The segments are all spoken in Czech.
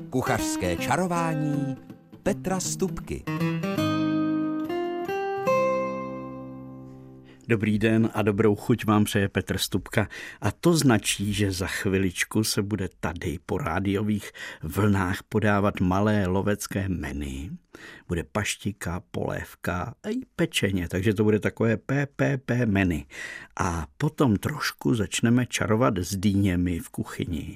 Kuchařské čarování Petra Stupky. Dobrý den a dobrou chuť vám přeje Petr Stupka. A to značí, že za chviličku se bude tady po rádiových vlnách podávat malé lovecké menu. Bude paštika, polévka a i pečeně, takže to bude takové PPP menu. A potom trošku začneme čarovat s dýněmi v kuchyni,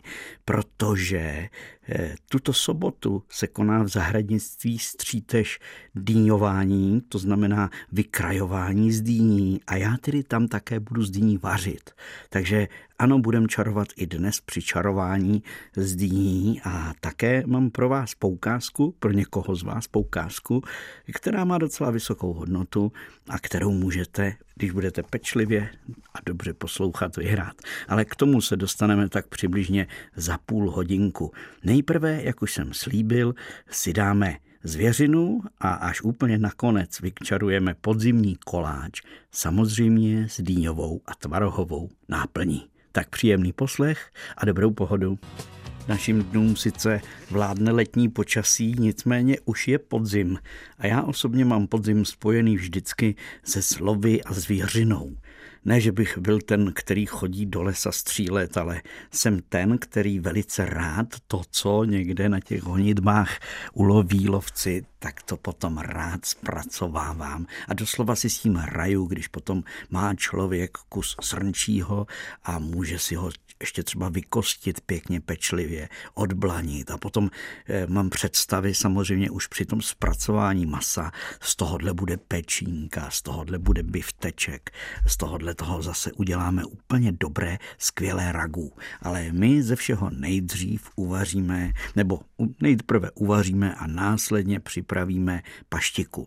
protože tuto sobotu se koná v zahradnictví Střítež dýňování, to znamená vykrajování z dýní, a já tedy tam také budu z dýní vařit. Takže ano, budem čarovat i dnes při čarování z dýní a také mám pro vás poukázku, pro někoho z vás poukázku, která má docela vysokou hodnotu a kterou můžete, když budete pečlivě a dobře poslouchat, vyhrát. Ale k tomu se dostaneme tak přibližně za půl hodinku. Nejprve, jak už jsem slíbil, si dáme zvěřinu a až úplně nakonec vykčarujeme podzimní koláč, samozřejmě s dýňovou a tvarohovou náplní. Tak příjemný poslech a dobrou pohodu. Našim dnům sice vládne letní počasí, nicméně už je podzim a já osobně mám podzim spojený vždycky se slovy a zvěřinou. Ne, že bych byl ten, který chodí do lesa střílet, ale jsem ten, který velice rád to, co někde na těch honitbách uloví lovci, tak to potom rád zpracovávám. A doslova si s tím hraju, když potom má člověk kus srnčího a může si ho ještě třeba vykostit pěkně pečlivě, odblanit. A potom mám představy samozřejmě už při tom zpracování masa, z tohohle bude pečínka, z tohohle bude bifteček, z tohohle toho zase uděláme úplně dobré, skvělé ragu. Ale my ze všeho nejdřív uvaříme, nebo nejprve uvaříme a následně připravíme paštiku.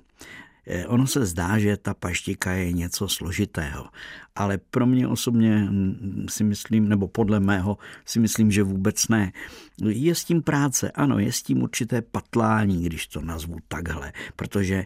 Ono se zdá, že ta paštika je něco složitého, ale pro mě osobně si myslím, nebo podle mého si myslím, že vůbec ne. Je s tím práce, ano, je s tím určité patlání, když to nazvu takhle, protože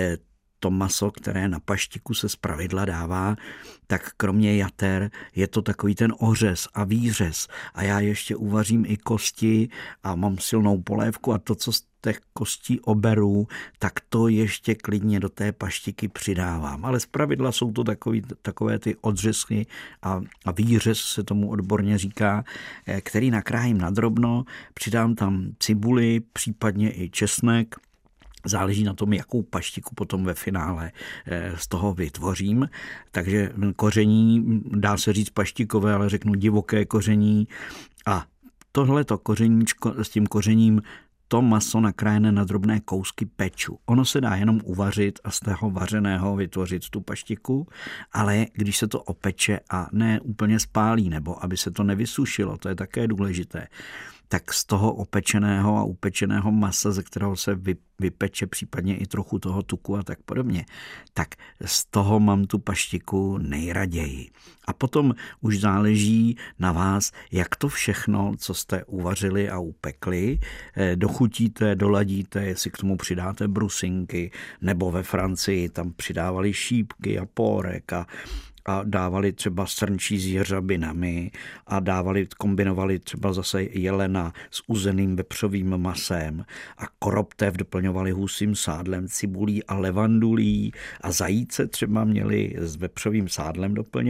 to maso, které na paštiku se zpravidla dává, tak kromě jater je to takový ten ořez a výřez. A já ještě uvařím i kosti a mám silnou polévku a to, co z těch kostí oberu, tak to ještě klidně do té paštiky přidávám. Ale zpravidla jsou to takové ty odřezky a výřez se tomu odborně říká, který nakrájím na drobno, přidám tam cibuli, případně i česnek. Záleží na tom, jakou paštiku potom ve finále z toho vytvořím. Takže koření, dá se říct paštikové, ale řeknu divoké koření. A tohleto kořeníčko s tím kořením to maso nakrájené na drobné kousky peču. Ono se dá jenom uvařit a z toho vařeného vytvořit tu paštiku, ale když se to opeče a ne úplně spálí, nebo aby se to nevysušilo, to je také důležité, tak z toho opečeného a upečeného masa, ze kterého se vypeče případně i trochu toho tuku a tak podobně, tak z toho mám tu paštiku nejraději. A potom už záleží na vás, jak to všechno, co jste uvařili a upekli, dochutíte, doladíte, jestli k tomu přidáte brusinky, nebo ve Francii tam přidávali šípky a pórek a dávali třeba srnčí s jeřabinami a kombinovali třeba zase jelena s uzeným vepřovým masem a koroptev doplňovali husím sádlem, cibulí a levandulí a zajíce třeba měli s vepřovým sádlem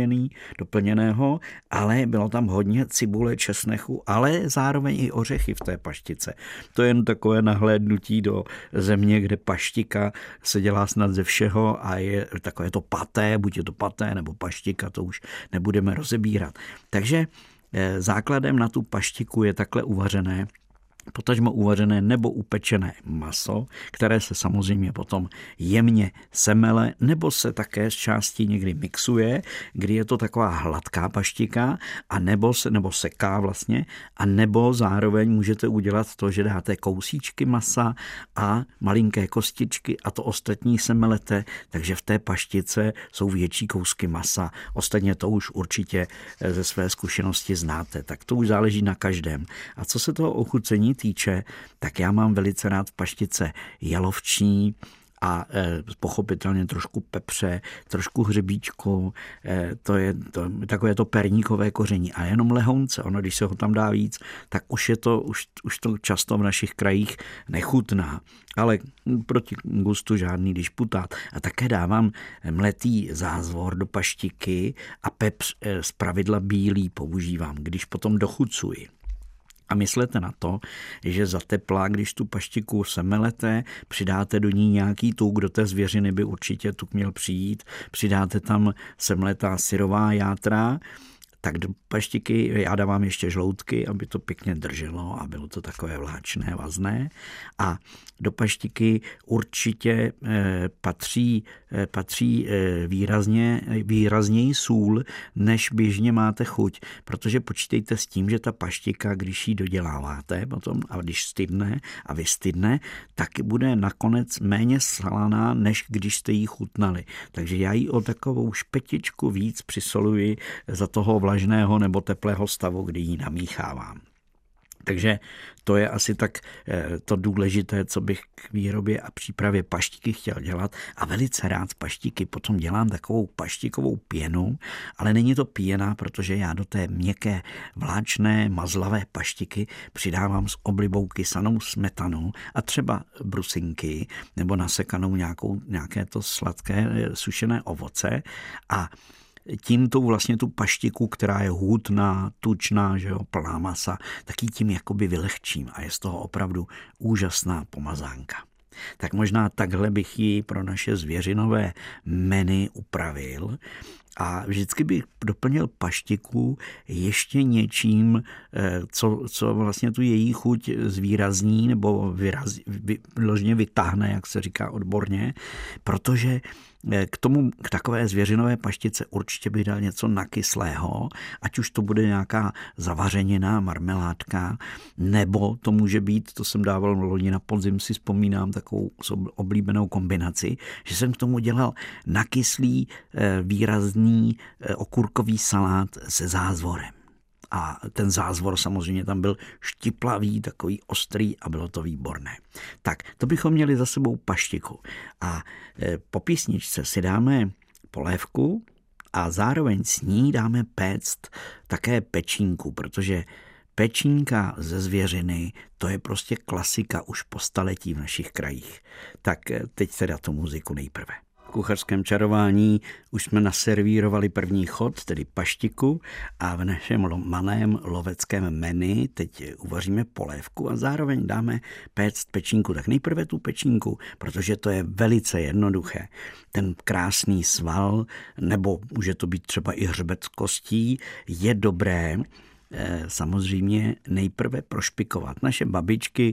doplněného, ale bylo tam hodně cibule, česnechu, ale zároveň i ořechy v té paštice. To je jen takové nahlédnutí do země, kde paštika se dělá snad ze všeho a je takové to paté, buď je to paté nebo paštika, to už nebudeme rozebírat. Takže základem na tu paštiku je takhle uvařené, potažmo uvařené nebo upečené maso, které se samozřejmě potom jemně semele, nebo se také z části někdy mixuje, kdy je to taková hladká paštika, nebo seká vlastně, a nebo zároveň můžete udělat to, že dáte kousíčky masa a malinké kostičky a to ostatní semelete, takže v té paštice jsou větší kousky masa. Ostatně to už určitě ze své zkušenosti znáte, tak to už záleží na každém. A co se toho ochucení týče, tak já mám velice rád v paštice jalovční a pochopitelně trošku pepře, trošku hřebíčku, takové to perníkové koření a jenom lehounce. Ono, když se ho tam dá víc, tak už to často v našich krajích nechutná. Ale proti gustu žádný disputát. A také dávám mletý zázvor do paštiky a pepř zpravidla bílý používám, když potom dochucuji. A myslete na to, že za tepla, když tu paštiku semelete, přidáte do ní nějaký tuk, do té zvěřiny by určitě tuk měl přijít, přidáte tam semletá syrová játra, tak do paštiky já dávám ještě žloutky, aby to pěkně drželo a bylo to takové vláčné, vazné. A do paštiky určitě patří výrazněji sůl, než běžně máte chuť, protože počítejte s tím, že ta paštika, když ji doděláváte potom a když stydne a vystydne, tak bude nakonec méně slaná, než když jste ji chutnali. Takže já ji o takovou špetičku víc přisoluji za toho vlažného nebo teplého stavu, kdy ji namíchávám. Takže to je asi tak to důležité, co bych k výrobě a přípravě paštiky chtěl dělat. A velice rád z paštiky potom dělám takovou paštikovou pěnu, ale není to pěna, protože já do té měkké, vláčné, mazlavé paštiky přidávám s oblibou kysanou smetanu a třeba brusinky nebo nasekanou nějaké to sladké sušené ovoce a tím vlastně tu paštiku, která je hutná, tučná, že jo, plná masa, tak ji tím jakoby vylehčím a je z toho opravdu úžasná pomazánka. Tak možná takhle bych ji pro naše zvěřinové menu upravil a vždycky bych doplnil paštiku ještě něčím, co vlastně tu její chuť zvýrazní nebo vyloženě vytáhne, jak se říká odborně, protože k takové zvěřinové paštice určitě bych dal něco nakyslého, ať už to bude nějaká zavařenina, marmeládka, nebo to může být, to jsem dával loni na podzim, si vzpomínám takovou oblíbenou kombinaci, že jsem k tomu dělal nakyslý, výrazný okurkový salát se zázvorem. A ten zázvor samozřejmě tam byl štiplavý, takový ostrý a bylo to výborné. Tak, to bychom měli za sebou paštiku. A po písničce si dáme polévku a zároveň s ní dáme péct také pečínku, protože pečínka ze zvěřiny, to je prostě klasika už po staletí v našich krajích. Tak teď teda tu muziku nejprve. V kuchařském čarování už jsme naservírovali první chod, tedy paštiku, a v našem malém loveckém menu teď uvaříme polévku a zároveň dáme péct pečínku. Tak nejprve tu pečínku, protože to je velice jednoduché. Ten krásný sval, nebo může to být třeba i hřbet z kostí, je dobré samozřejmě nejprve prošpikovat. Naše babičky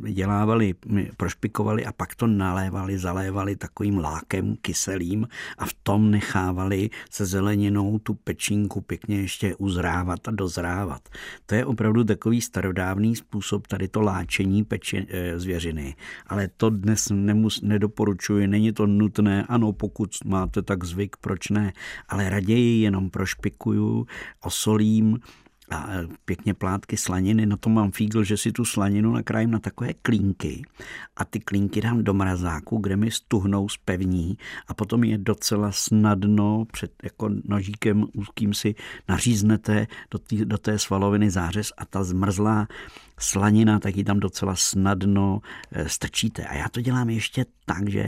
prošpikovali a pak to zalévali takovým lákem kyselým a v tom nechávali se zeleninou tu pečínku pěkně ještě uzrávat a dozrávat. To je opravdu takový starodávný způsob tady to láčení zvěřiny. Ale to dnes nedoporučuji, není to nutné, ano, pokud máte tak zvyk, proč ne, ale raději jenom prošpikuju, osolím a pěkně plátky slaniny, na to mám fígl, že si tu slaninu nakrájím na takové klínky a ty klínky dám do mrazáku, kde mi stuhnou, zpevní a potom je docela snadno jako nožíkem úzkým si naříznete do té svaloviny zářez a ta zmrzlá slanina, tak ji tam docela snadno strčíte. A já to dělám ještě tak, že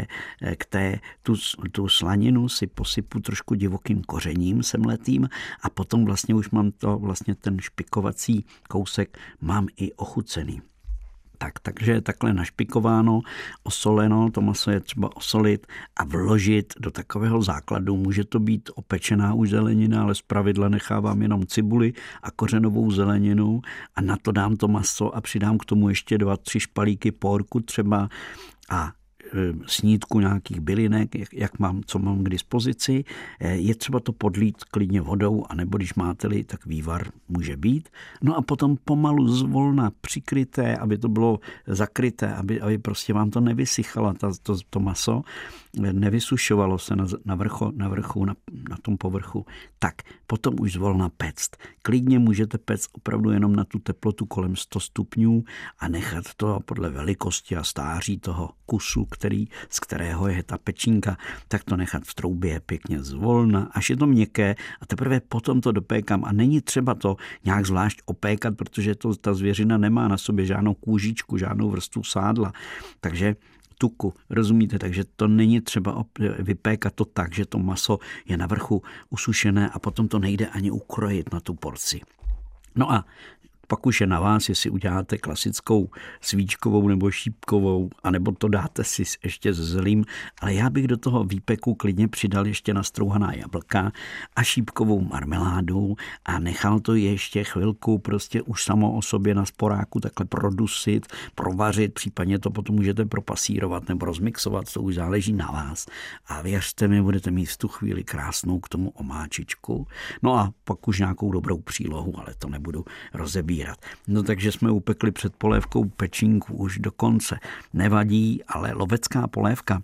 tu slaninu si posypu trošku divokým kořením semletým a potom vlastně už mám ten špikovací kousek mám i ochucený. Takže takhle našpikováno, osoleno, to maso je třeba osolit a vložit do takového základu. Může to být opečená už zelenina, ale zpravidla nechávám jenom cibuli a kořenovou zeleninu a na to dám to maso a přidám k tomu ještě 2-3 špalíky porku třeba a snídku nějakých bylinek, co mám k dispozici. Je třeba to podlít klidně vodou, anebo když máte-li, tak vývar může být. No a potom pomalu zvolna přikryté, aby to bylo zakryté, aby prostě vám to nevysychalo, to maso, nevysušovalo se na vrchu, na tom povrchu. Tak potom už zvolna péct. Klidně můžete péct opravdu jenom na tu teplotu kolem 100 stupňů a nechat to podle velikosti a stáří toho kusu, z kterého je ta pečínka, tak to nechat v troubě pěkně zvolna, až je to měkké a teprve potom to dopékám. A není třeba to nějak zvlášť opékat, protože ta zvěřina nemá na sobě žádnou kůžičku, žádnou vrstvu sádla. Takže tuku, rozumíte? Takže to není třeba vypékat to tak, že to maso je na vrchu usušené a potom to nejde ani ukrojit na tu porci. No a pak už je na vás, jestli uděláte klasickou svíčkovou nebo šípkovou, anebo to dáte si ještě s zelím, ale já bych do toho výpeku klidně přidal ještě nastrouhaná jablka a šípkovou marmeládu a nechal to ještě chvilku prostě už samo o sobě na sporáku takhle produsit, provařit, případně to potom můžete propasírovat nebo rozmixovat, to už záleží na vás. A věřte mi, budete mít v tu chvíli krásnou k tomu omáčičku. No a pak už nějakou dobrou přílohu, ale to nebudu rozebírat. No takže jsme upekli před polévkou pečínku už do konce. Nevadí, ale lovecká polévka.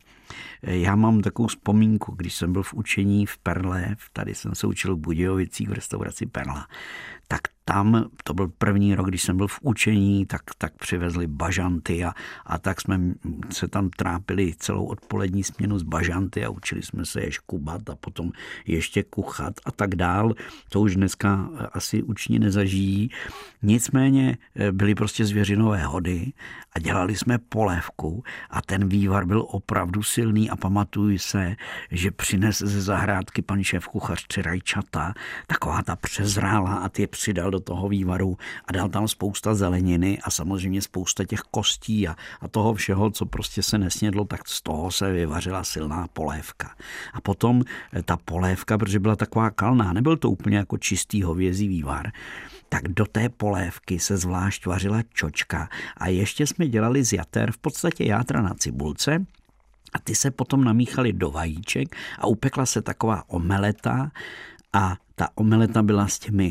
Já mám takovou vzpomínku, když jsem byl v učení v Perle, tady jsem se učil v Budějovicích v restauraci Perla, tak tam, to byl první rok, když jsem byl v učení, tak přivezli bažanty a tak jsme se tam trápili celou odpolední směnu z bažanty a učili jsme se je škubat a potom ještě kuchat a tak dál. To už dneska asi učni nezažijí. Nicméně byly prostě zvěřinové hody a dělali jsme polévku a ten vývar byl opravdu silný a pamatuju se, že přines ze zahrádky pan šéf kuchař 3 rajčata, taková ta přezrála a ty je přidal do toho vývaru a dal tam spousta zeleniny a samozřejmě spousta těch kostí a toho všeho, co prostě se nesnědlo, tak z toho se vyvařila silná polévka. A potom ta polévka, protože byla taková kalná, nebyl to úplně jako čistý hovězí vývar, tak do té polévky se zvlášť vařila čočka a ještě jsme dělali z jater v podstatě játra na cibulce a ty se potom namíchaly do vajíček a upekla se taková omeleta a ta omeleta byla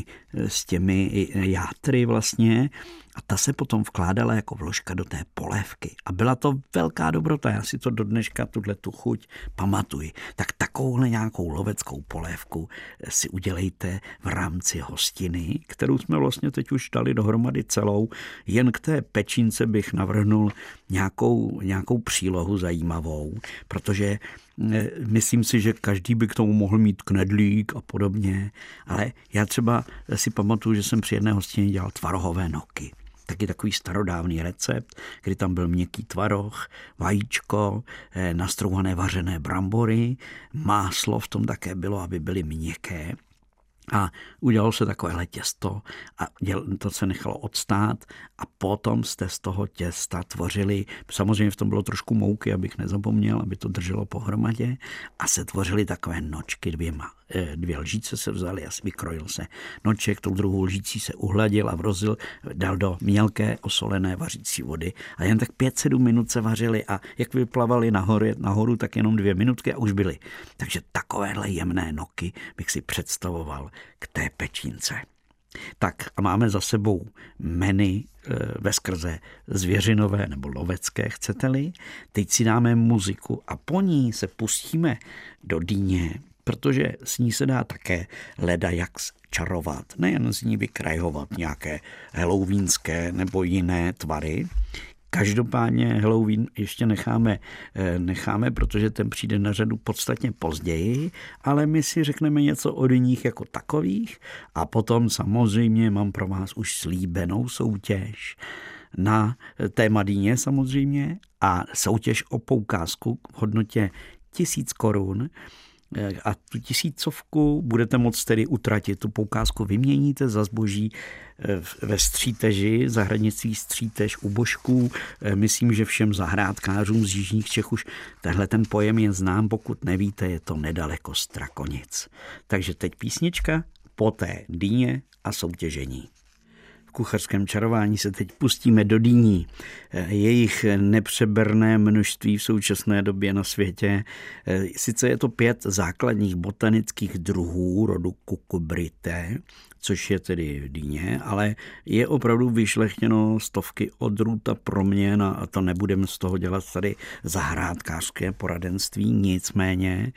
s těmi játry vlastně a ta se potom vkládala jako vložka do té polévky. A byla to velká dobrota, já si to do dneška tu chuť pamatuji. Tak takovouhle nějakou loveckou polévku si udělejte v rámci hostiny, kterou jsme vlastně teď už dali dohromady celou. Jen k té pečínce bych navrhnul nějakou přílohu zajímavou, protože myslím si, že každý by k tomu mohl mít knedlík a podobně, ale já třeba si pamatuju, že jsem při jedné hostině dělal tvarohové noky. Taky takový starodávný recept, kdy tam byl měkký tvaroh, vajíčko, nastrouhané vařené brambory, máslo v tom také bylo, aby byly měkké. A udělalo se takovéhle těsto a to se nechalo odstát a potom jste z toho těsta tvořili, samozřejmě v tom bylo trošku mouky, abych nezapomněl, aby to drželo pohromadě a se tvořily takové nočky 2 lžíce se vzaly a vykrojil se noček, tou druhou lžící se uhladil a vrozil, dal do mělké osolené vařící vody a jen tak 5-7 minut se vařily a jak vyplavali nahoru, tak jenom 2 minutky a už byly. Takže takovéhle jemné noky bych si představoval k té pečínce. Tak a máme za sebou menu veskrze zvěřinové nebo lovecké, chcete-li. Teď si dáme muziku a po ní se pustíme do dýně, protože s ní se dá také ledajak čarovat, nejen z ní vykrajovat nějaké halloweenské nebo jiné tvary. Každopádně Halloween ještě necháme, protože ten přijde na řadu podstatně později, ale my si řekneme něco o dyních jako takových a potom samozřejmě mám pro vás už slíbenou soutěž na téma dýně samozřejmě a soutěž o poukázku v hodnotě 1000 korun. A tu 1000 budete moct tedy utratit. Tu poukázku vyměníte za zboží ve Stříteži, zahradnictví Střítež u Božků. Myslím, že všem zahrádkářům z jižních Čech už tenhle ten pojem je znám. Pokud nevíte, je to nedaleko Strakonic. Takže teď písnička, poté dýně a soutěžení. V kuchařském čarování se teď pustíme do dýní. Jejich nepřeberné množství v současné době na světě. Sice je to 5 základních botanických druhů rodu Cucurbitae, což je tedy dýně, ale je opravdu vyšlechtěno stovky odrůd a proměn a to nebudeme z toho dělat tady zahrádkářské poradenství, nicméně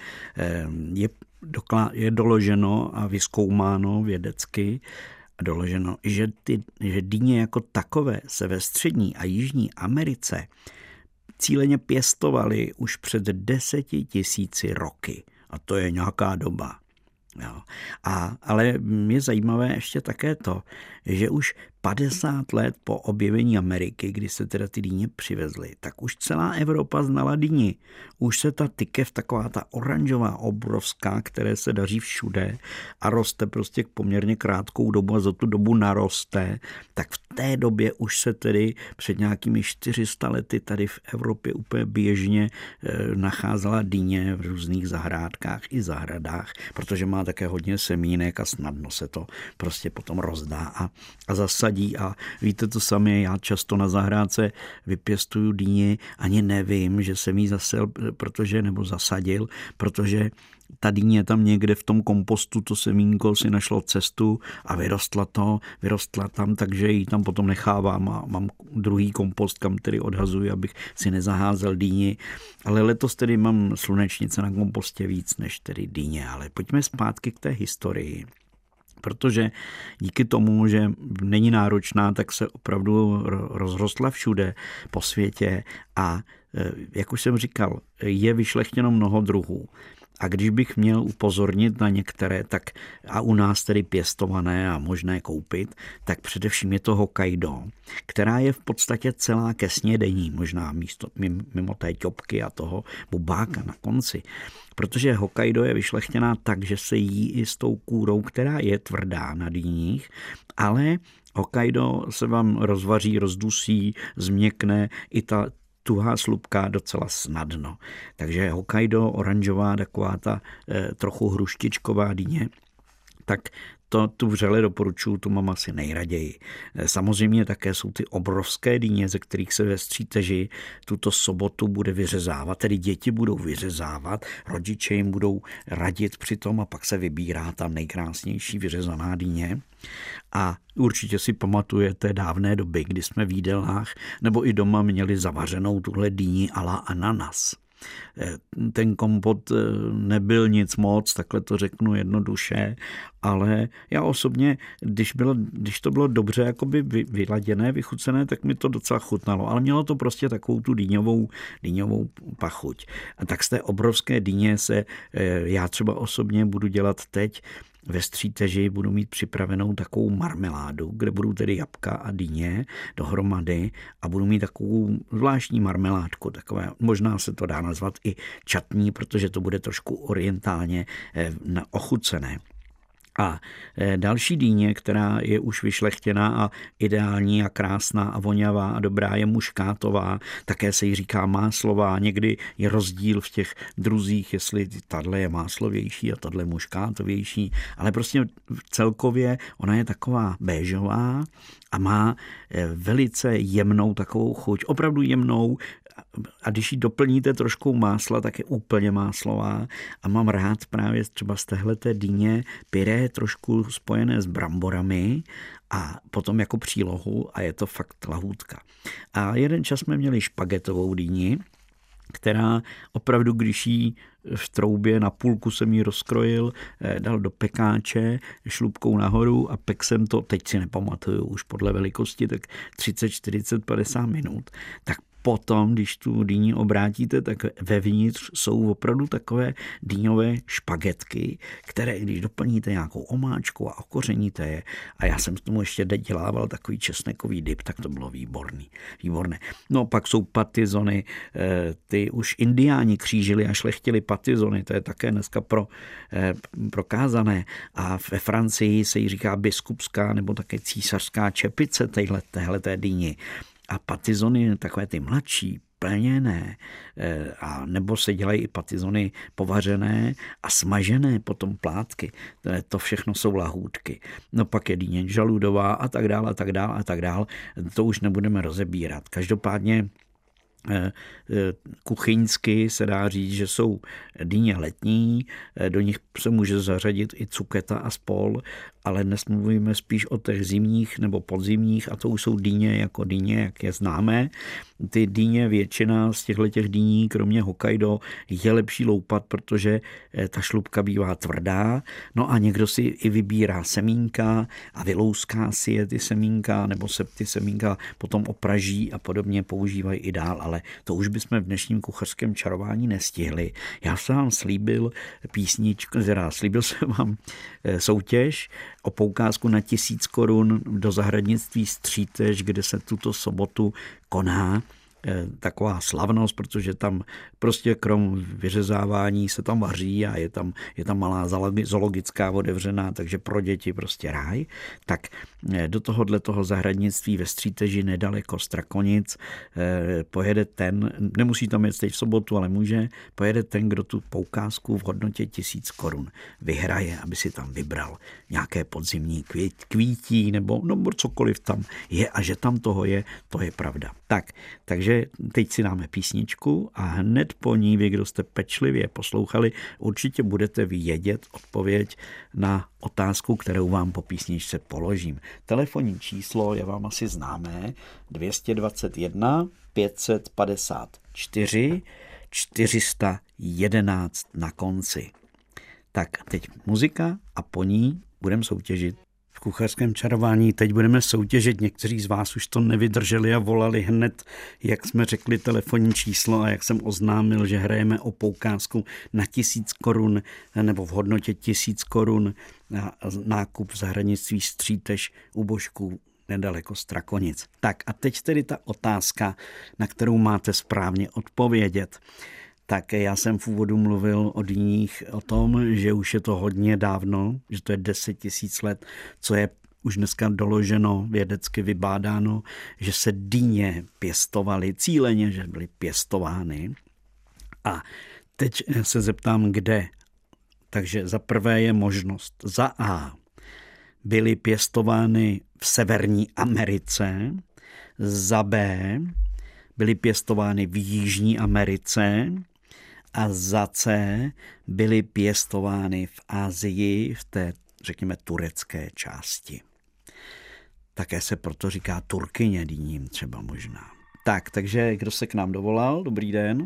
je doloženo a vyzkoumáno vědecky, doloženo, že dýně jako takové se ve Střední a Jižní Americe cíleně pěstovali už před 10 000 roky. A to je nějaká doba. Jo. Ale je zajímavé ještě také to, že už 50 let po objevení Ameriky, kdy se teda ty dýně přivezly, tak už celá Evropa znala dýni. Už se ta tykev, taková ta oranžová, obrovská, které se daří všude a roste prostě poměrně krátkou dobu a za tu dobu naroste, tak v té době už se tedy před nějakými 400 lety tady v Evropě úplně běžně nacházela dýně v různých zahrádkách i zahradách, protože má také hodně semínek a snadno se to prostě potom rozdá a zasadí. A víte to sami, já často na zahrádce vypěstuju dýni, ani nevím, že jsem ji zasadil, protože ta dýně tam někde v tom kompostu, to semínko si našlo cestu a vyrostla tam, takže ji tam potom nechávám a mám druhý kompost, kam tedy odhazuji, abych si nezaházel dýni. Ale letos tedy mám slunečnice na kompostě víc než tedy dýně. Ale pojďme zpátky k té historii. Protože díky tomu, že není náročná, tak se opravdu rozrostla všude po světě a jak už jsem říkal, je vyšlechtěno mnoho druhů. A když bych měl upozornit na některé, tak a u nás tedy pěstované a možné koupit, tak především je to Hokkaido, která je v podstatě celá ke snědení, možná mimo té ťopky a toho bubáka na konci. Protože Hokkaido je vyšlechtěná tak, že se jí i s tou kůrou, která je tvrdá na dýních, ale Hokkaido se vám rozvaří, rozdusí, změkne i ta tuhá slupka docela snadno. Takže Hokkaido, oranžová, taková ta trochu hruštičková dýně, tak tu vřele doporučuji, tu mám asi nejraději. Samozřejmě také jsou ty obrovské dýně, ze kterých se ve Stříteži tuto sobotu bude vyřezávat, tedy děti budou vyřezávat, rodiče jim budou radit při tom a pak se vybírá tam nejkrásnější vyřezaná dýně. A určitě si pamatujete dávné doby, kdy jsme v jídelnách nebo i doma měli zavařenou tuhle dýni a la ananas. Ten kompot nebyl nic moc, takhle to řeknu jednoduše, ale já osobně, když to bylo dobře jakoby vyladěné, vychucené, tak mi to docela chutnalo, ale mělo to prostě takovou tu dýňovou pachuť. A tak z té obrovské dýně já třeba osobně budu dělat teď ve Stříteži, budu mít připravenou takovou marmeládu, kde budou tedy jabka a dýně dohromady a budu mít takovou zvláštní marmeládku, takové, možná se to dá nazvat i čatní, protože to bude trošku orientálně ochucené. A další dýně, která je už vyšlechtěná a ideální a krásná a vonavá a dobrá, je muškátová, také se jí říká máslová, někdy je rozdíl v těch druzích, jestli tahle je máslovější a tahle muškátovější, ale prostě celkově ona je taková béžová a má velice jemnou takovou chuť, opravdu jemnou, a když ji doplníte trošku másla, tak je úplně máslová a mám rád právě třeba z téhleté dýně pyré trošku spojené s bramborami a potom jako přílohu a je to fakt lahůdka. A jeden čas jsme měli špagetovou dýni, která opravdu, když jí v troubě na půlku jsem ji rozkrojil, dal do pekáče šlupkou nahoru a pek jsem to, teď si nepamatuju už podle velikosti, tak 30, 40, 50 minut, tak potom, když tu dýni obrátíte, tak vevnitř jsou opravdu takové dýňové špagetky, které když doplníte nějakou omáčku a okořeníte je, a já jsem s tomu ještě dělával takový česnekový dip, tak to bylo výborné. No pak jsou patizony, ty už indiáni křížili a šlechtili patizony, to je také dneska prokázané a ve Francii se jí říká biskupská nebo také císařská čepice téhleté dýni. A patizony, takové ty mladší, plněné, a nebo se dělají i patizony povařené a smažené potom plátky. To všechno jsou lahůdky. No pak je dýně žaludová a tak dál. To už nebudeme rozebírat. Každopádně kuchyňsky se dá říct, že jsou dýně letní, do nich se může zařadit i cuketa a spol ale dnes mluvíme spíš o těch zimních nebo podzimních a to už jsou dýně jako dýně, jak je známé. Ty dýně, většina z těchto dýní, kromě Hokkaido, je lepší loupat, protože ta šlupka bývá tvrdá. No a někdo si i vybírá semínka a vylouská si je ty semínka, nebo se ty semínka potom opraží a podobně používají i dál, ale to už bychom v dnešním kuchařském čarování nestihli. Já jsem vám slíbil písničku, slíbil jsem vám soutěž o poukázku na 1000 korun do zahradnictví Střítež, kde se tuto sobotu koná taková slavnost, protože tam prostě krom vyřezávání se tam vaří a je tam malá zoologická otevřená, takže pro děti prostě ráj. Tak do toho zahradnictví ve Stříteži nedaleko Strakonic pojede ten, nemusí tam jet teď v sobotu, ale může, pojede ten, kdo tu poukázku v hodnotě 1000 korun vyhraje, aby si tam vybral nějaké podzimní kvítí nebo cokoliv tam je a že tam toho je, to je pravda. Takže teď si dáme písničku a hned po ní, vy, kdo jste pečlivě poslouchali, určitě budete vědět odpověď na otázku, kterou vám po písničce položím. Telefonní číslo je vám asi známé, 221 554 411 na konci. Tak teď muzika a po ní budeme soutěžit. V kuchařském čarování teď budeme soutěžit. Někteří z vás už to nevydrželi a volali hned, jak jsme řekli telefonní číslo a jak jsem oznámil, že hrajeme o poukázku na 1000 korun nebo v hodnotě 1000 korun na nákup v zahradnictví Střítež u Božků nedaleko Strakonic. Tak a teď tedy ta otázka, na kterou máte správně odpovědět. Tak já jsem v úvodu mluvil o dýních, o tom, že už je to hodně dávno, že to je 10 000 let, co je už dneska doloženo, vědecky vybádáno, že se dýně pěstovaly cíleně, že byly pěstovány. A teď se zeptám, kde. Takže za prvé je možnost. Za A. Byly pěstovány v Severní Americe. Za B. Byly pěstovány v Jižní Americe. A za C byly pěstovány v Asii, v té, řekněme, turecké části. Také se proto říká turkyně dýním třeba možná. Takže kdo se k nám dovolal? Dobrý den.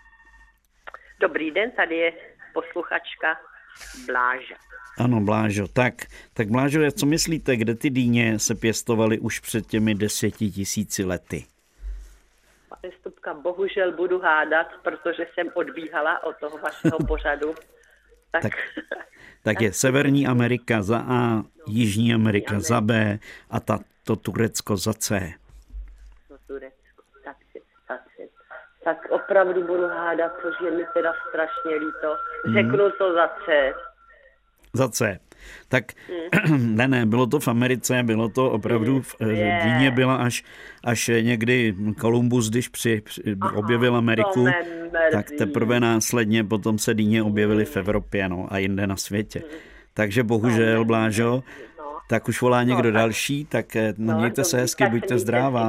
Dobrý den, tady je posluchačka Bláža. Ano, Blážo. Tak Blážo, co myslíte, kde ty dýně se pěstovaly už před těmi 10 000 lety? Pane Stupka, bohužel budu hádat, protože jsem odbíhala od toho vašeho pořadu. Tak je Severní Amerika za A, Jižní Amerika za B a to Turecko za C. No, Turecko, tak opravdu budu hádat, což je mi teda strašně líto. Řeknu to za C. Za C. Tak ne, bylo to v Americe, bylo to opravdu, dýně byla až někdy Kolumbus, když objevil Ameriku, tak teprve následně potom se dýně objevily v Evropě a jinde na světě. Takže bohužel, Blážo, tak už volá někdo další, tak mějte se hezky, buďte zdrává.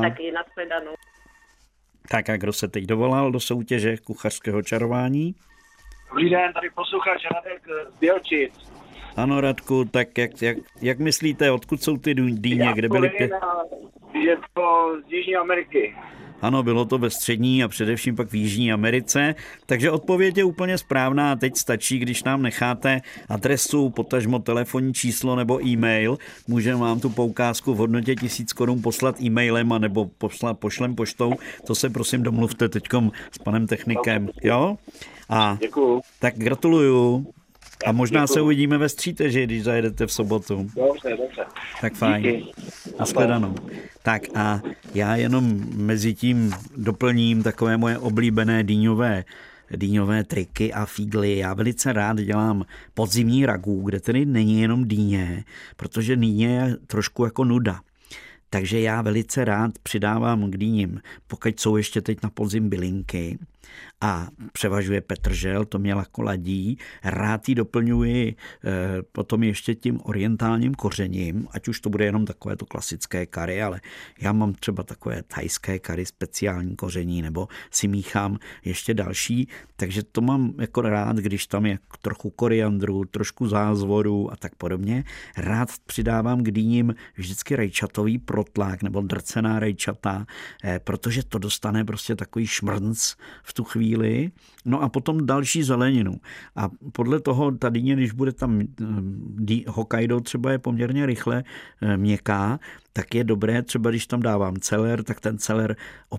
Tak a kdo se teď dovolal do soutěže kuchařského čarování? Dobrý den, tady posluchač Radek z Bělčic. Ano, Radku, tak jak myslíte, odkud jsou ty dýně, kde byly Je to z Jižní Ameriky. Ano, bylo to ve Střední a především pak v Jižní Americe, takže odpověď je úplně správná a teď stačí, když nám necháte adresu, potažmo telefonní číslo nebo e-mail. Můžeme vám tu poukázku v hodnotě 1000 korun poslat e-mailem a nebo pošlem poštou. To se prosím domluvte teďkom s panem technikem, jo? A děkuju. Tak gratuluju. A možná se uvidíme ve Stříteži, když zajedete v sobotu. Dobře. Tak fajn. Nashledanou. Tak a já jenom mezi tím doplním takové moje oblíbené dýňové triky a fígly. Já velice rád dělám podzimní ragu, kde tedy není jenom dýně, protože dýně je trošku jako nuda. Takže já velice rád přidávám k dýním, pokud jsou ještě teď na podzim bylinky a převažuje petržel, to mě lako ladí. Rád ji doplňuji potom ještě tím orientálním kořením, ať už to bude jenom takové to klasické kari, ale já mám třeba takové thajské kari, speciální koření, nebo si míchám ještě další, takže to mám jako rád, když tam je trochu koriandru, trošku zázvoru a tak podobně. Rád přidávám k dýním vždycky rajčatový protlák nebo drcená rajčata, protože to dostane prostě takový šmrnc v tu chvíli. No a potom další zeleninu. A podle toho ta dýně, když bude tam Hokkaido třeba je poměrně rychle měkká, tak je dobré, třeba když tam dávám celer, tak ten celer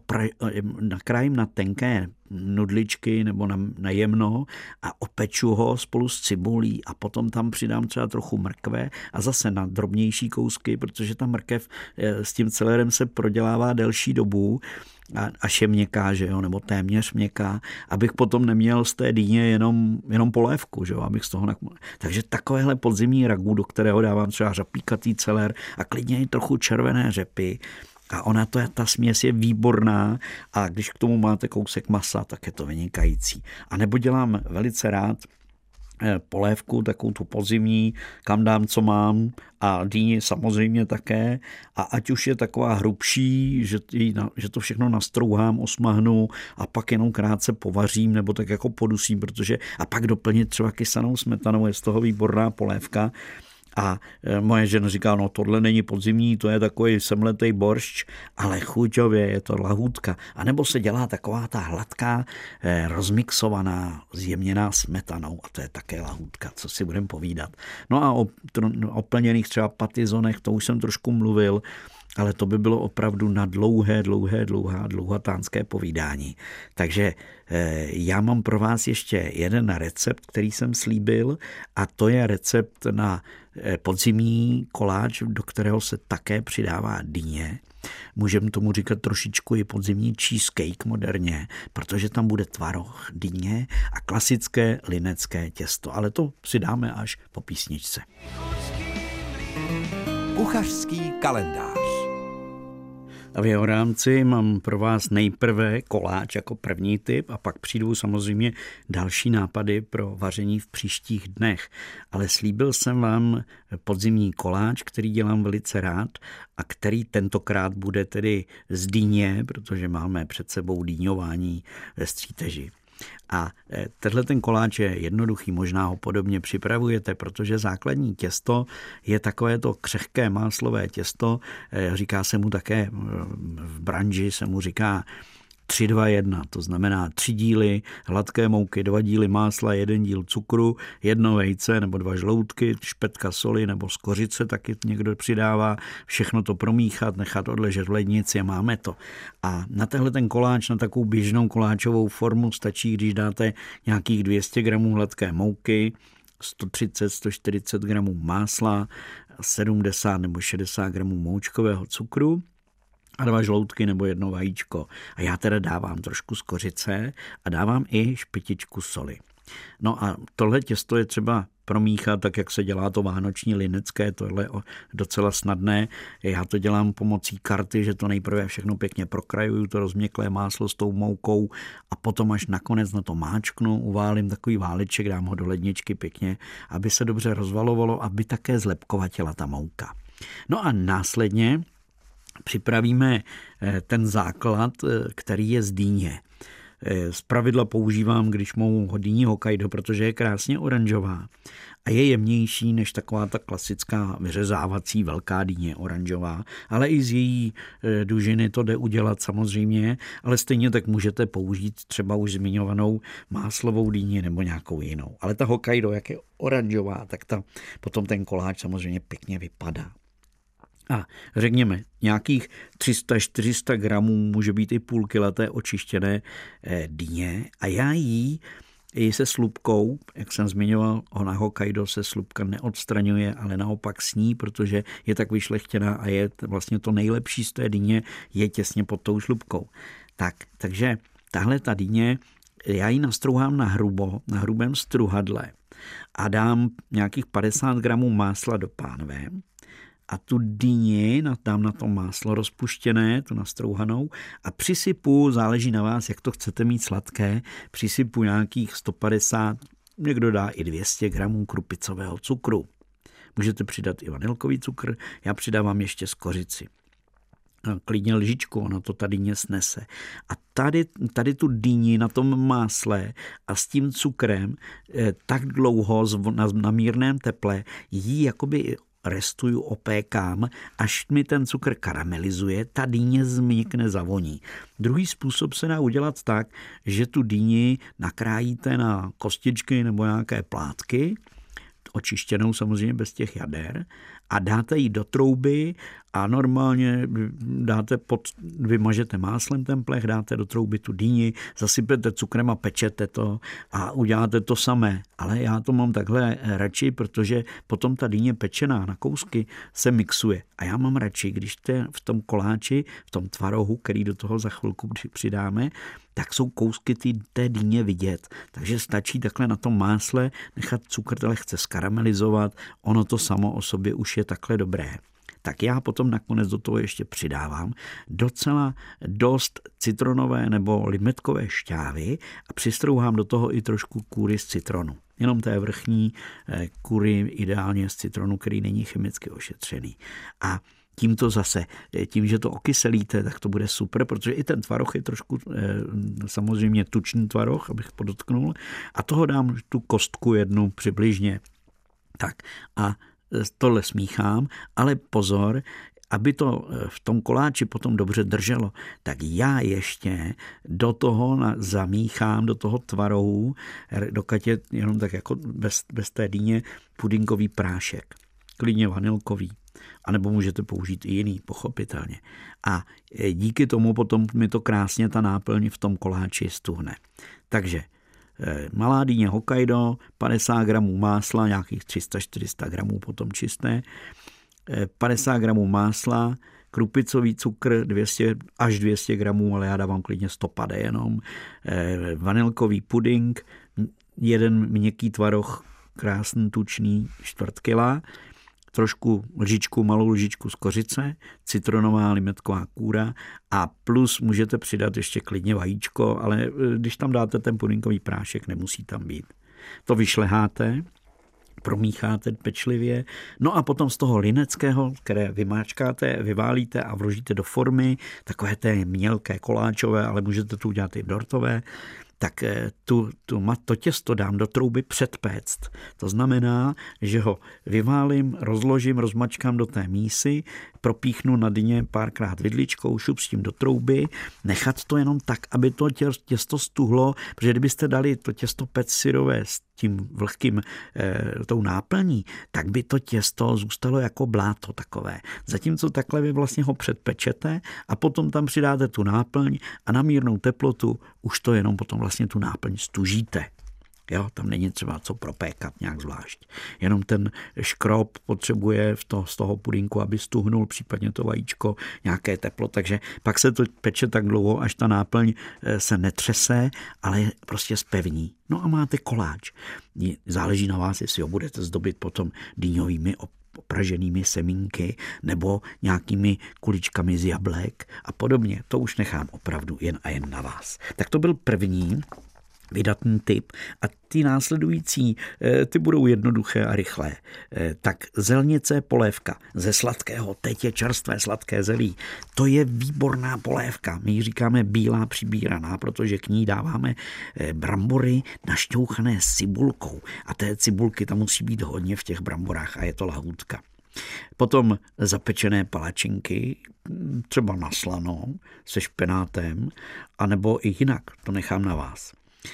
nakrájím na tenké nudličky nebo na jemno a opeču ho spolu s cibulí a potom tam přidám třeba trochu mrkve a zase na drobnější kousky, protože ta mrkev s tím celerem se prodělává delší dobu, až je měkká, že jo, nebo téměř měkká, abych potom neměl z té dýně jenom polévku, že jo, abych z toho Takže takovéhle podzimní ragu, do kterého dávám třeba řapíkatý celer a klidně i trochu červené řepy. A ta směs je výborná a když k tomu máte kousek masa, tak je to vynikající. A nebo dělám velice rád polévku, takovou tu podzimní, kam dám, co mám a dýni samozřejmě také. A ať už je taková hrubší, že to všechno nastrouhám, osmahnu a pak jenom krátce povařím nebo tak jako podusím, a pak doplnit třeba kysanou smetanou, je z toho výborná polévka. A moje žena říká, no tohle není podzimní, to je takový semletej boršč, ale chuťově je to lahůdka. A nebo se dělá taková ta hladká, rozmixovaná, zjemněná smetanou a to je také lahůdka, co si budeme povídat. No a o plněných třeba patizonech, to už jsem trošku mluvil, ale to by bylo opravdu na dlouhatánské povídání. Takže já mám pro vás ještě jeden recept, který jsem slíbil a to je recept na podzimní koláč, do kterého se také přidává dýně. Můžeme tomu říkat trošičku i podzimní cheesecake moderně, protože tam bude tvaroh, dýně a klasické linecké těsto. Ale to si dáme až po písničce. Kuchařský kalendář. A v jeho rámci mám pro vás nejprve koláč jako první tip a pak přijdou samozřejmě další nápady pro vaření v příštích dnech. Ale slíbil jsem vám podzimní koláč, který dělám velice rád a který tentokrát bude tedy z dýně, protože máme před sebou dýňování ve Stříteži. A ten koláč je jednoduchý, možná ho podobně připravujete, protože základní těsto je takové to křehké máslové těsto, říká se mu také v branži, se mu říká 3-2-1, to znamená 3 díly hladké mouky, 2 díly másla, 1 díl cukru, 1 vejce nebo 2 žloutky, špetka soli nebo z kořice taky někdo přidává, všechno to promíchat, nechat odležet v lednici a máme to. A na tenhle ten koláč, na takovou běžnou koláčovou formu stačí, když dáte nějakých 200 gramů hladké mouky, 130-140 gramů másla, 70 nebo 60 gramů moučkového cukru, a 2 žloutky nebo 1 vajíčko. A já teda dávám trošku z kořice a dávám i špetičku soli. No a tohle těsto je třeba promíchat, tak jak se dělá to vánoční linecké, tohle je docela snadné. Já to dělám pomocí karty, že to nejprve všechno pěkně prokrajuju, to rozměklé máslo s tou moukou a potom až nakonec na to máčknu, uválím takový váleček, dám ho do ledničky pěkně, aby se dobře rozvalovalo, aby také zlepkovatila ta mouka. No a následně připravíme ten základ, který je z dýně. Zpravidla používám, když mohu dýni Hokkaido, protože je krásně oranžová a je jemnější než taková ta klasická vyřezávací velká dýně oranžová, ale i z její dužiny to jde udělat samozřejmě, ale stejně tak můžete použít třeba už zmiňovanou máslovou dýni nebo nějakou jinou. Ale ta Hokkaido, jak je oranžová, tak potom ten koláč samozřejmě pěkně vypadá. A řekněme, nějakých 300-400 gramů může být i půl kila té očištěné dýně a já jí i se slupkou, jak jsem zmiňoval, na Hokkaido se slupka neodstraňuje, ale naopak sní, protože je tak vyšlechtěná a je vlastně to nejlepší z té dýně je těsně pod tou slupkou. Takže tahle ta dýně, já ji nastrouhám na hrubém struhadle a dám nějakých 50 gramů másla do pánve a tu dýni dám na to máslo rozpuštěné, tu nastrouhanou a přisypu, záleží na vás, jak to chcete mít sladké, přisypu nějakých 150, někdo dá i 200 gramů krupicového cukru. Můžete přidat i vanilkový cukr, já přidávám ještě skořici. Klidně lžičku, ono to ta dýně snese. A tady tu dýni na tom másle a s tím cukrem tak dlouho na mírném teple jí jakoby restuju, opékám, až mi ten cukr karamelizuje, ta dýně změkne, zavoní. Druhý způsob se dá udělat tak, že tu dýni nakrájíte na kostičky nebo nějaké plátky, očištěnou samozřejmě bez těch jader, a dáte ji do trouby a normálně vymažete máslem ten plech, dáte do trouby tu dýni, zasypete cukrem a pečete to a uděláte to samé. Ale já to mám takhle radši, protože potom ta dýně pečená na kousky se mixuje. A já mám radši, když v tom koláči, v tom tvarohu, který do toho za chvilku přidáme, tak jsou kousky té dýně vidět. Takže stačí takhle na tom másle nechat cukr lehce skaramelizovat, ono to samo o sobě už je takhle dobré. Tak já potom nakonec do toho ještě přidávám docela dost citronové nebo limetkové šťávy a přistrouhám do toho i trošku kůry z citronu. Jenom té vrchní kůry ideálně z citronu, který není chemicky ošetřený. A tímto zase, tím, že to okyselíte, tak to bude super, protože i ten tvaroh je trošku samozřejmě tučný tvaroh, abych podotknul. A toho dám tu kostku jednu přibližně. Tak a tohle smíchám, ale pozor, aby to v tom koláči potom dobře drželo, tak já ještě do toho zamíchám, do toho tvarohu, dokud je jenom tak jako bez té dýně, pudinkový prášek. Klidně vanilkový. A nebo můžete použít i jiný, pochopitelně. A díky tomu potom mi to krásně ta náplň v tom koláči stuhne. Takže malá dýně Hokkaido, 50 gramů másla, nějakých 300-400 gramů potom čisté, 50 gramů másla, krupicový cukr 200 až 200 gramů, ale já dávám klidně 150 jenom, vanilkový puding, jeden měkký tvaroh, krásný, tučný, 1/4 kila, trošku malou lžičku z kořice, citronová limetková kůra a plus můžete přidat ještě klidně vajíčko, ale když tam dáte ten pudinkový prášek, nemusí tam být. To vyšleháte, promícháte pečlivě, no a potom z toho lineckého, které vymáčkáte, vyválíte a vložíte do formy, takové té mělké koláčové, ale můžete to udělat i dortové, tak to těsto dám do trouby předpéct. To znamená, že ho vyválím, rozložím, rozmačkám do té mísy, propíchnu na dně párkrát vidličkou, šup s tím do trouby, nechat to jenom tak, aby to těsto stuhlo, protože kdybyste dali to těsto pec syrové s tím vlhkým tou náplní, tak by to těsto zůstalo jako bláto takové. Zatímco takhle vy vlastně ho předpečete a potom tam přidáte tu náplň a na mírnou teplotu už to jenom potom vlastně tu náplň stužíte. Jo, tam není třeba co propékat nějak zvlášť. Jenom ten škrob potřebuje z toho pudinku, aby stuhnul, případně to vajíčko, nějaké teplo, takže pak se to peče tak dlouho, až ta náplň se netřese, ale prostě zpevní. No a máte koláč. Záleží na vás, jestli ho budete zdobit potom dýňovými opraženými semínky nebo nějakými kuličkami z jablek a podobně. To už nechám opravdu jen a jen na vás. Tak to byl první vydatný tip a ty následující, ty budou jednoduché a rychlé. Tak zelnice, polévka ze sladkého, teď je čerstvé sladké zelí. To je výborná polévka. My ji říkáme bílá přibíraná, protože k ní dáváme brambory našťouchané s cibulkou. A té cibulky tam musí být hodně v těch bramborách a je to lahůdka. Potom zapečené palačinky, třeba na slano se špenátem, anebo i jinak, to nechám na vás.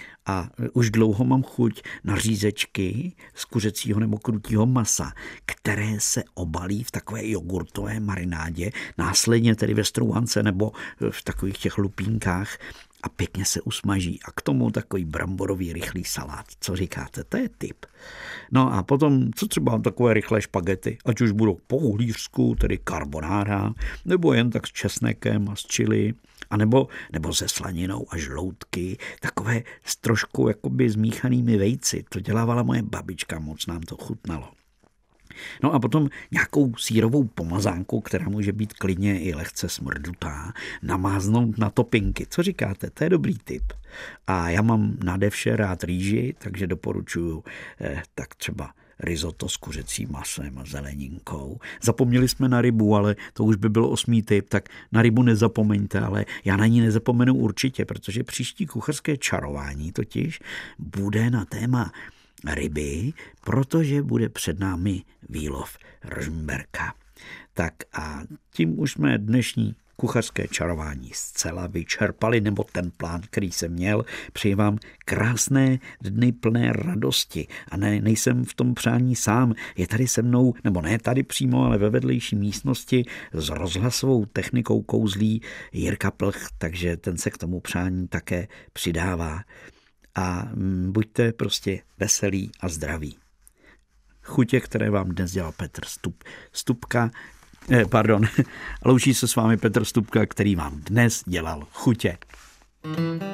A už dlouho mám chuť na řízečky z kuřecího nebo krutího masa, které se obalí v takové jogurtové marinádě, následně tedy ve strouhance nebo v takových těch lupínkách a pěkně se usmaží. A k tomu takový bramborový rychlý salát. Co říkáte? To je tip. No a potom, co třeba takové rychlé špagety, ať už budou po uhlířsku, tedy carbonara, nebo jen tak s česnekem a s chili, a nebo se slaninou a žloutky, takové s trošku jakoby zmíchanými vejci. To dělávala moje babička, moc nám to chutnalo. No a potom nějakou sýrovou pomazánku, která může být klidně i lehce smrdutá, namáznout na topinky. Co říkáte? To je dobrý tip. A já mám nade vše rád rýži, takže doporučuju tak třeba risotto s kuřecím masem a zeleninkou. Zapomněli jsme na rybu, ale to už by byl 8. tip, tak na rybu nezapomeňte, ale já na ní nezapomenu určitě, protože příští kuchařské čarování totiž bude na téma ryby, protože bude před námi výlov Rožmberka. Tak a tím už jsme dnešní kuchařské čarování zcela vyčerpali, nebo ten plán, který jsem měl. Přeji vám krásné dny plné radosti. A nejsem v tom přání sám. Je tady se mnou, nebo ne tady přímo, ale ve vedlejší místnosti s rozhlasovou technikou kouzlí Jirka Plch, takže ten se k tomu přání také přidává. A buďte prostě veselí a zdraví. Chutě, které vám dnes dělal Petr Stupka, loučí se s vámi Petr Stupka, který vám dnes dělal chutě.